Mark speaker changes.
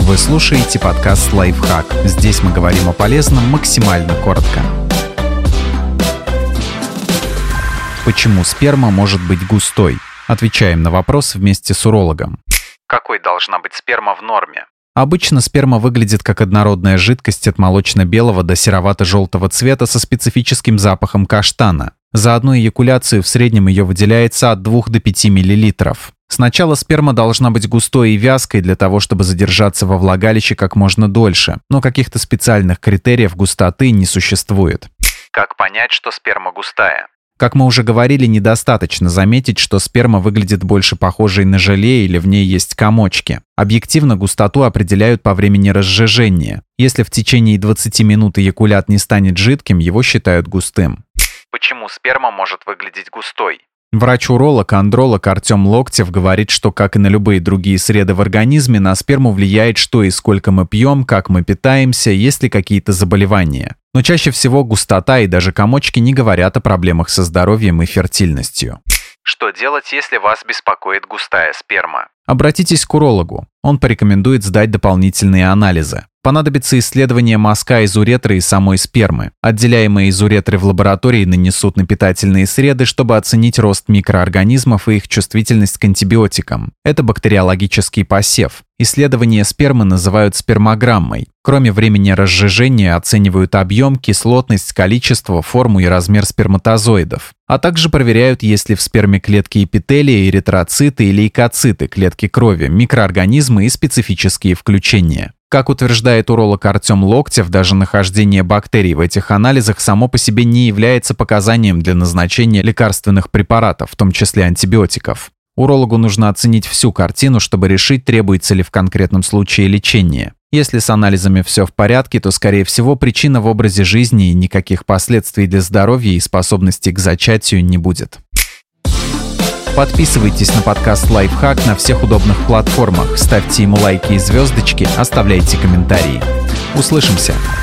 Speaker 1: Вы слушаете подкаст «Лайфхак». Здесь мы говорим о полезном максимально коротко. Почему сперма может быть густой? Отвечаем на вопрос вместе с урологом.
Speaker 2: Какой должна быть сперма в норме?
Speaker 1: Обычно сперма выглядит как однородная жидкость от молочно-белого до серовато-желтого цвета со специфическим запахом каштана. За одну эякуляцию в среднем ее выделяется от 2 до 5 мл. Сначала сперма должна быть густой и вязкой для того, чтобы задержаться во влагалище как можно дольше, но каких-то специальных критериев густоты не существует.
Speaker 2: Как понять, что сперма густая?
Speaker 1: Как мы уже говорили, недостаточно заметить, что сперма выглядит больше похожей на желе или в ней есть комочки. Объективно густоту определяют по времени разжижения. Если в течение 20 минут эякулят не станет жидким, его считают густым.
Speaker 2: Почему сперма может выглядеть густой?
Speaker 1: Врач-уролог, андролог Артем Локтев говорит, что, как и на любые другие среды в организме, на сперму влияет, что и сколько мы пьем, как мы питаемся, есть ли какие-то заболевания. Но чаще всего густота и даже комочки не говорят о проблемах со здоровьем и фертильностью.
Speaker 2: Что делать, если вас беспокоит густая сперма?
Speaker 1: Обратитесь к урологу. Он порекомендует сдать дополнительные анализы. Понадобится исследование мазка из уретры и самой спермы. Отделяемые из уретры в лаборатории нанесут на питательные среды, чтобы оценить рост микроорганизмов и их чувствительность к антибиотикам. Это бактериологический посев. Исследование спермы называют спермограммой. Кроме времени разжижения оценивают объем, кислотность, количество, форму и размер сперматозоидов. А также проверяют, есть ли в сперме клетки эпителия, эритроциты и лейкоциты, клетки крови, микроорганизмы и специфические включения. Как утверждает уролог Артем Локтев, даже нахождение бактерий в этих анализах само по себе не является показанием для назначения лекарственных препаратов, в том числе антибиотиков. Урологу нужно оценить всю картину, чтобы решить, требуется ли в конкретном случае лечение. Если с анализами все в порядке, то, скорее всего, причина в образе жизни и никаких последствий для здоровья и способности к зачатию не будет. Подписывайтесь на подкаст «Лайфхак» на всех удобных платформах, ставьте ему лайки и звездочки, оставляйте комментарии. Услышимся!